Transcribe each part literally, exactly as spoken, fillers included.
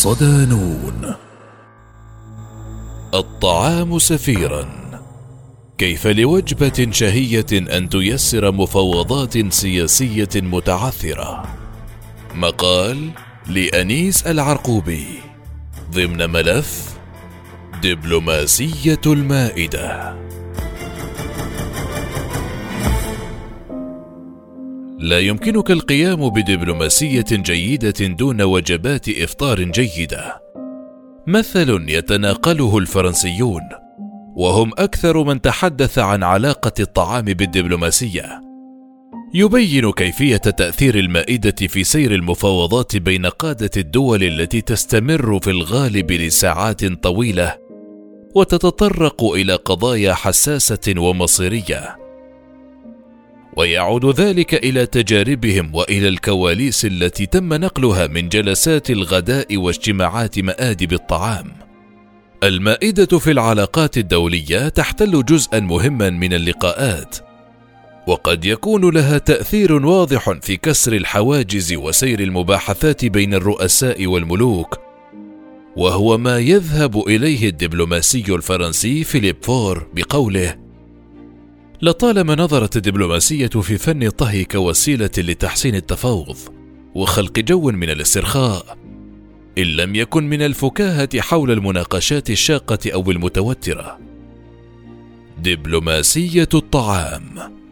صدانون. الطعام سفيرا. كيف لوجبة شهية أن تيسر مفاوضات سياسية متعثرة؟ مقال لأنيس العرقوبي ضمن ملف دبلوماسية المائدة. لا يمكنك القيام بدبلوماسية جيدة دون وجبات إفطار جيدة، مثل يتناقله الفرنسيون، وهم أكثر من تحدث عن علاقة الطعام بالدبلوماسية. يبين كيفية تأثير المائدة في سير المفاوضات بين قادة الدول التي تستمر في الغالب لساعات طويلة وتتطرق إلى قضايا حساسة ومصيرية، ويعود ذلك إلى تجاربهم وإلى الكواليس التي تم نقلها من جلسات الغداء واجتماعات مآدب الطعام. المائدة في العلاقات الدولية تحتل جزءا مهما من اللقاءات، وقد يكون لها تأثير واضح في كسر الحواجز وسير المباحثات بين الرؤساء والملوك، وهو ما يذهب إليه الدبلوماسي الفرنسي فيليب فور بقوله: لطالما نظرت الدبلوماسية في فن الطهي كوسيلة لتحسين التفاوض وخلق جو من الاسترخاء، إن لم يكن من الفكاهة حول المناقشات الشاقة أو المتوترة. دبلوماسية الطعام.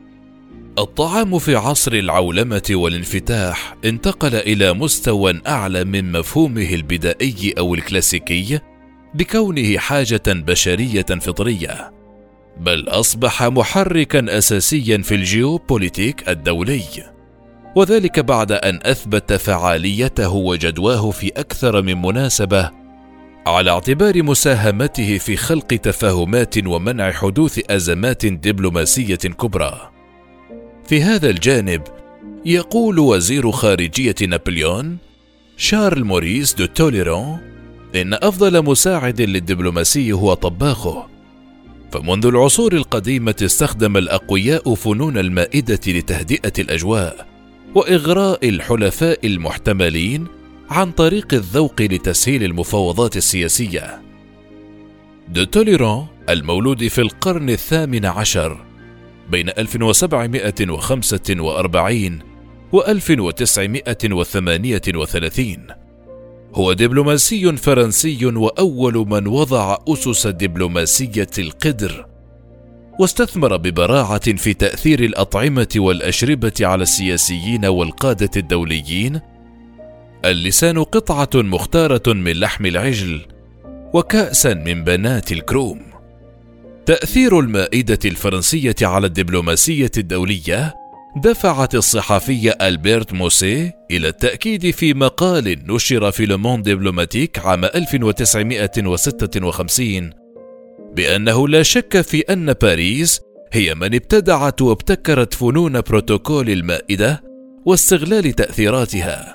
الطعام في عصر العولمة والانفتاح انتقل إلى مستوى أعلى من مفهومه البدائي أو الكلاسيكي بكونه حاجة بشرية فطرية، بل أصبح محركا أساسيا في الجيوبوليتيك الدولي، وذلك بعد أن أثبت فعاليته وجدواه في أكثر من مناسبة على اعتبار مساهمته في خلق تفاهمات ومنع حدوث أزمات دبلوماسية كبرى. في هذا الجانب يقول وزير خارجية نابليون شارل موريس دو توليران إن أفضل مساعد للدبلوماسي هو طباخه، فمنذ العصور القديمة استخدم الأقوياء فنون المائدة لتهدئة الأجواء وإغراء الحلفاء المحتملين عن طريق الذوق لتسهيل المفاوضات السياسية. دو توليران المولود في القرن الثامن عشر بين ألف وسبعمائة وخمسة وأربعين و ألف وتسعمائة وثمانية وثلاثين هو دبلوماسي فرنسي وأول من وضع أسس دبلوماسية القدر، واستثمر ببراعة في تأثير الأطعمة والأشربة على السياسيين والقادة الدوليين. اللسان قطعة مختارة من لحم العجل وكأسا من بنات الكروم. تأثير المائدة الفرنسية على الدبلوماسية الدولية دفعت الصحفي ألبرت موسي إلى التأكيد في مقال نشر في لوموند دبلوماتيك عام ألف وتسعمائة وستة وخمسين بأنه لا شك في أن باريس هي من ابتدعت وابتكرت فنون بروتوكول المائدة واستغلال تأثيراتها.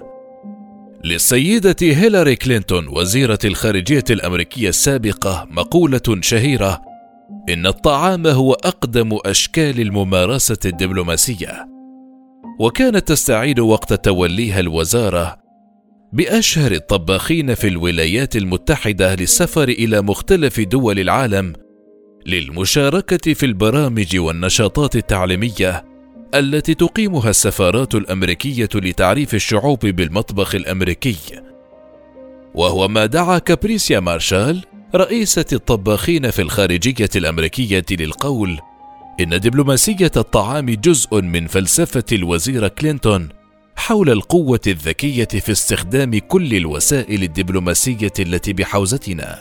للسيدة هيلاري كلينتون وزيرة الخارجية الأمريكية السابقة مقولة شهيرة: إن الطعام هو أقدم أشكال الممارسة الدبلوماسية، وكانت تستعين وقت توليها الوزارة بأشهر الطباخين في الولايات المتحدة للسفر إلى مختلف دول العالم للمشاركة في البرامج والنشاطات التعليمية التي تقيمها السفارات الأمريكية لتعريف الشعوب بالمطبخ الأمريكي، وهو ما دعا كابريسيا مارشال رئيسة الطباخين في الخارجية الأمريكية للقول إن دبلوماسية الطعام جزء من فلسفة الوزيرة كلينتون حول القوة الذكية في استخدام كل الوسائل الدبلوماسية التي بحوزتنا.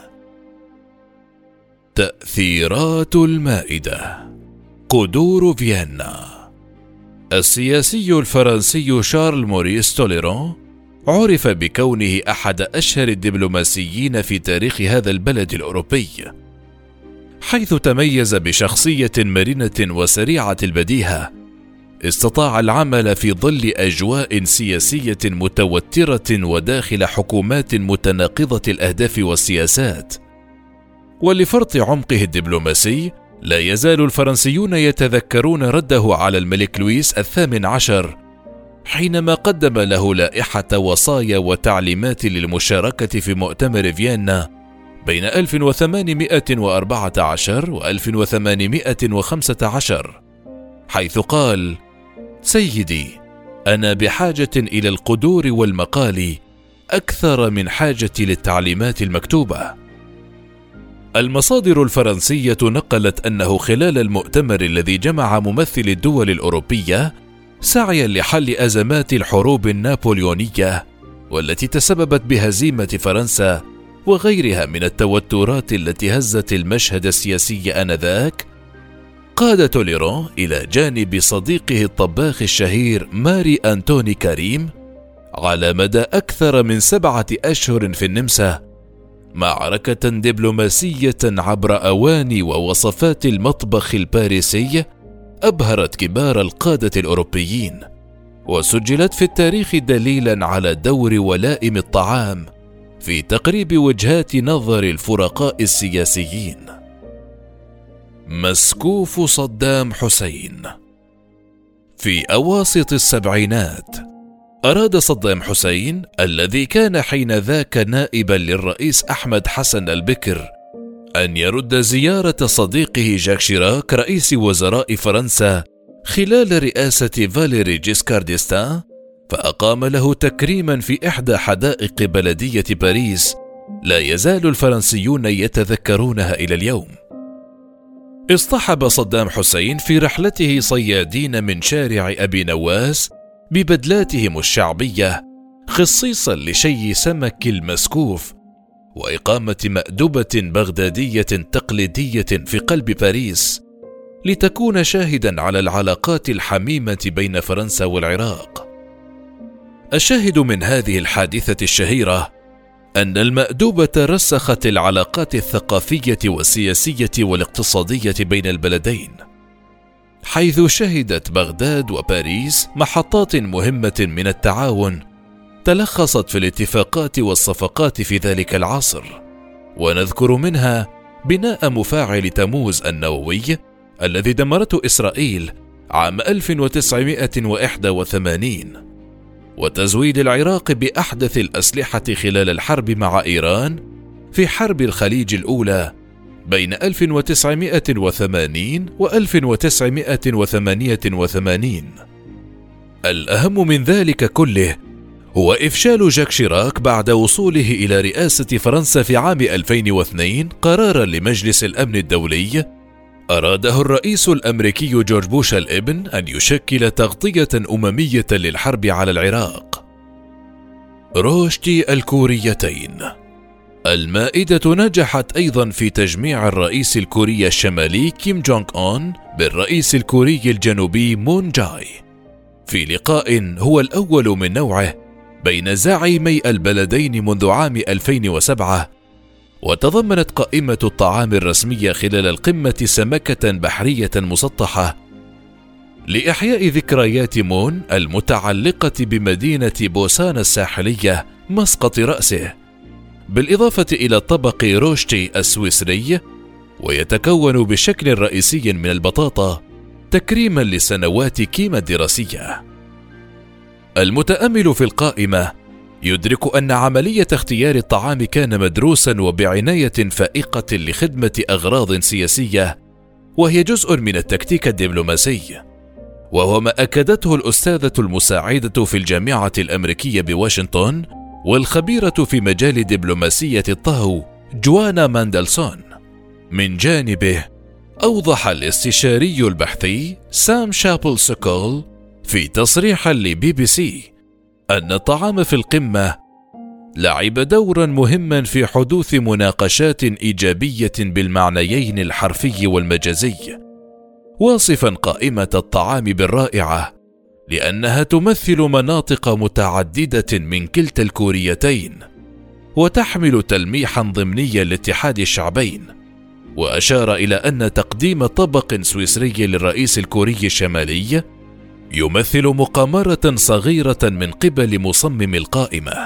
تأثيرات المائدة. قدور فيينا. السياسي الفرنسي شارل موريس توليران عرف بكونه أحد أشهر الدبلوماسيين في تاريخ هذا البلد الأوروبي، حيث تميز بشخصية مرنة وسريعة البديهة. استطاع العمل في ظل أجواء سياسية متوترة وداخل حكومات متناقضة الأهداف والسياسات. ولفرط عمقه الدبلوماسي لا يزال الفرنسيون يتذكرون رده على الملك لويس الثامن عشر حينما قدم له لائحة وصايا وتعليمات للمشاركة في مؤتمر فيينا بين ألف وثمانمائة وأربعة عشر و ألف وثمانمائة وخمسة عشر، حيث قال: سيدي، أنا بحاجة إلى القدور والمقال أكثر من حاجتي للتعليمات المكتوبة. المصادر الفرنسية نقلت أنه خلال المؤتمر الذي جمع ممثلي الدول الأوروبية سعيا لحل أزمات الحروب النابليونية والتي تسببت بهزيمة فرنسا وغيرها من التوترات التي هزت المشهد السياسي آنذاك، قاد توليران إلى جانب صديقه الطباخ الشهير ماري أنتوني كريم على مدى أكثر من سبعة أشهر في النمسا معركة دبلوماسية عبر أواني ووصفات المطبخ الباريسي أبهرت كبار القادة الأوروبيين، وسجلت في التاريخ دليلا على دور ولائم الطعام في تقريب وجهات نظر الفرقاء السياسيين. مسكوف صدام حسين. في أواسط السبعينات أراد صدام حسين الذي كان حينذاك نائبا للرئيس أحمد حسن البكر أن يرد زيارة صديقه جاك شيراك رئيس وزراء فرنسا خلال رئاسة فاليري جيسكار ديستان، فأقام له تكريما في إحدى حدائق بلدية باريس لا يزال الفرنسيون يتذكرونها إلى اليوم. اصطحب صدام حسين في رحلته صيادين من شارع أبي نواس ببدلاتهم الشعبية خصيصا لشي سمك المسكوف وإقامة مأدبة بغدادية تقليدية في قلب باريس لتكون شاهدا على العلاقات الحميمة بين فرنسا والعراق. الشاهد من هذه الحادثة الشهيرة أن المأدبة رسخت العلاقات الثقافية والسياسية والاقتصادية بين البلدين، حيث شهدت بغداد وباريس محطات مهمة من التعاون تلخصت في الاتفاقات والصفقات في ذلك العصر، ونذكر منها بناء مفاعل تموز النووي الذي دمرته إسرائيل عام ألف وتسعمائة وواحد وثمانين، وتزويد العراق بأحدث الأسلحة خلال الحرب مع إيران في حرب الخليج الأولى بين ألف وتسعمائة وثمانين و ألف وتسعمائة وثمانية وثمانين. الأهم من ذلك كله هو إفشال جاك شيراك بعد وصوله إلى رئاسة فرنسا في عام ألفين واثنين قرارا لمجلس الأمن الدولي أراده الرئيس الأمريكي جورج بوش الابن أن يشكل تغطية أممية للحرب على العراق. روشتي الكوريتين. المائدة نجحت أيضا في تجميع الرئيس الكوري الشمالي كيم جونغ أون بالرئيس الكوري الجنوبي مون جاي في لقاء هو الأول من نوعه بين زعيمي البلدين منذ عام ألفين وسبعة، وتضمنت قائمة الطعام الرسمية خلال القمة سمكة بحرية مسطحة لإحياء ذكريات مون المتعلقة بمدينة بوسان الساحلية مسقط رأسه، بالإضافة إلى طبق روشتي السويسري، ويتكون بشكل رئيسي من البطاطا تكريما لسنوات كيم الدراسية. المتأمل في القائمة يدرك أن عملية اختيار الطعام كان مدروسا وبعناية فائقة لخدمة أغراض سياسية، وهي جزء من التكتيك الدبلوماسي، وهو ما أكدته الأستاذة المساعدة في الجامعة الأمريكية بواشنطن والخبيرة في مجال دبلوماسية الطهو جوانا ماندلسون. من جانبه أوضح الاستشاري البحثي سام شابل سوكول في تصريح لبي بي سي أن الطعام في القمة لعب دورا مهما في حدوث مناقشات إيجابية بالمعنيين الحرفي والمجازي، واصفا قائمة الطعام بالرائعة لأنها تمثل مناطق متعددة من كلتا الكوريتين وتحمل تلميحا ضمنيا لاتحاد الشعبين، وأشار إلى أن تقديم طبق سويسري للرئيس الكوري الشمالي يمثل مقامرة صغيرة من قبل مصمم القائمة.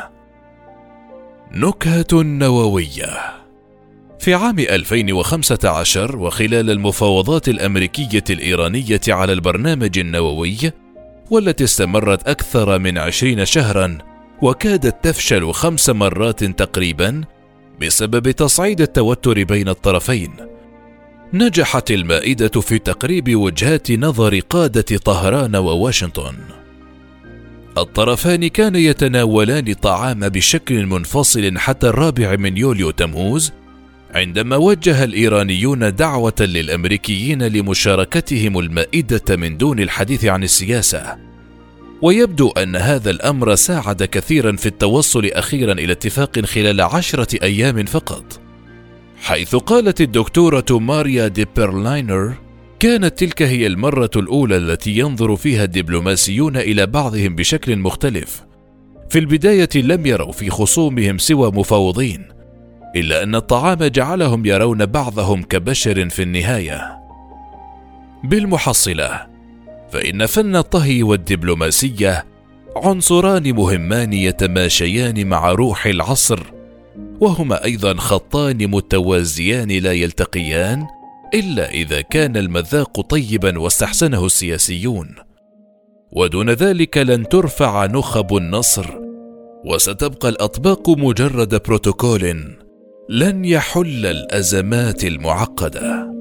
نكهة نووية. في عام ألفين وخمسة عشر وخلال المفاوضات الأمريكية الإيرانية على البرنامج النووي، والتي استمرت أكثر من عشرين شهرا وكادت تفشل خمس مرات تقريبا بسبب تصعيد التوتر بين الطرفين. نجحت المائدة في تقريب وجهات نظر قادة طهران وواشنطن. الطرفان كانا يتناولان الطعام بشكل منفصل حتى الرابع من يوليو تموز، عندما وجه الإيرانيون دعوة للأمريكيين لمشاركتهم المائدة من دون الحديث عن السياسة. ويبدو أن هذا الأمر ساعد كثيرا في التوصل أخيرا إلى اتفاق خلال عشرة أيام فقط، حيث قالت الدكتورة ماريا دي بيرلاينر: كانت تلك هي المرة الأولى التي ينظر فيها الدبلوماسيون إلى بعضهم بشكل مختلف. في البداية لم يروا في خصومهم سوى مفاوضين، إلا أن الطعام جعلهم يرون بعضهم كبشر في النهاية. بالمحصلة، فإن فن الطهي والدبلوماسية عنصران مهمان يتماشيان مع روح العصر، وهما أيضا خطان متوازيان لا يلتقيان إلا إذا كان المذاق طيبا واستحسنه السياسيون، ودون ذلك لن ترفع نخب النصر، وستبقى الأطباق مجرد بروتوكول لن يحل الأزمات المعقدة.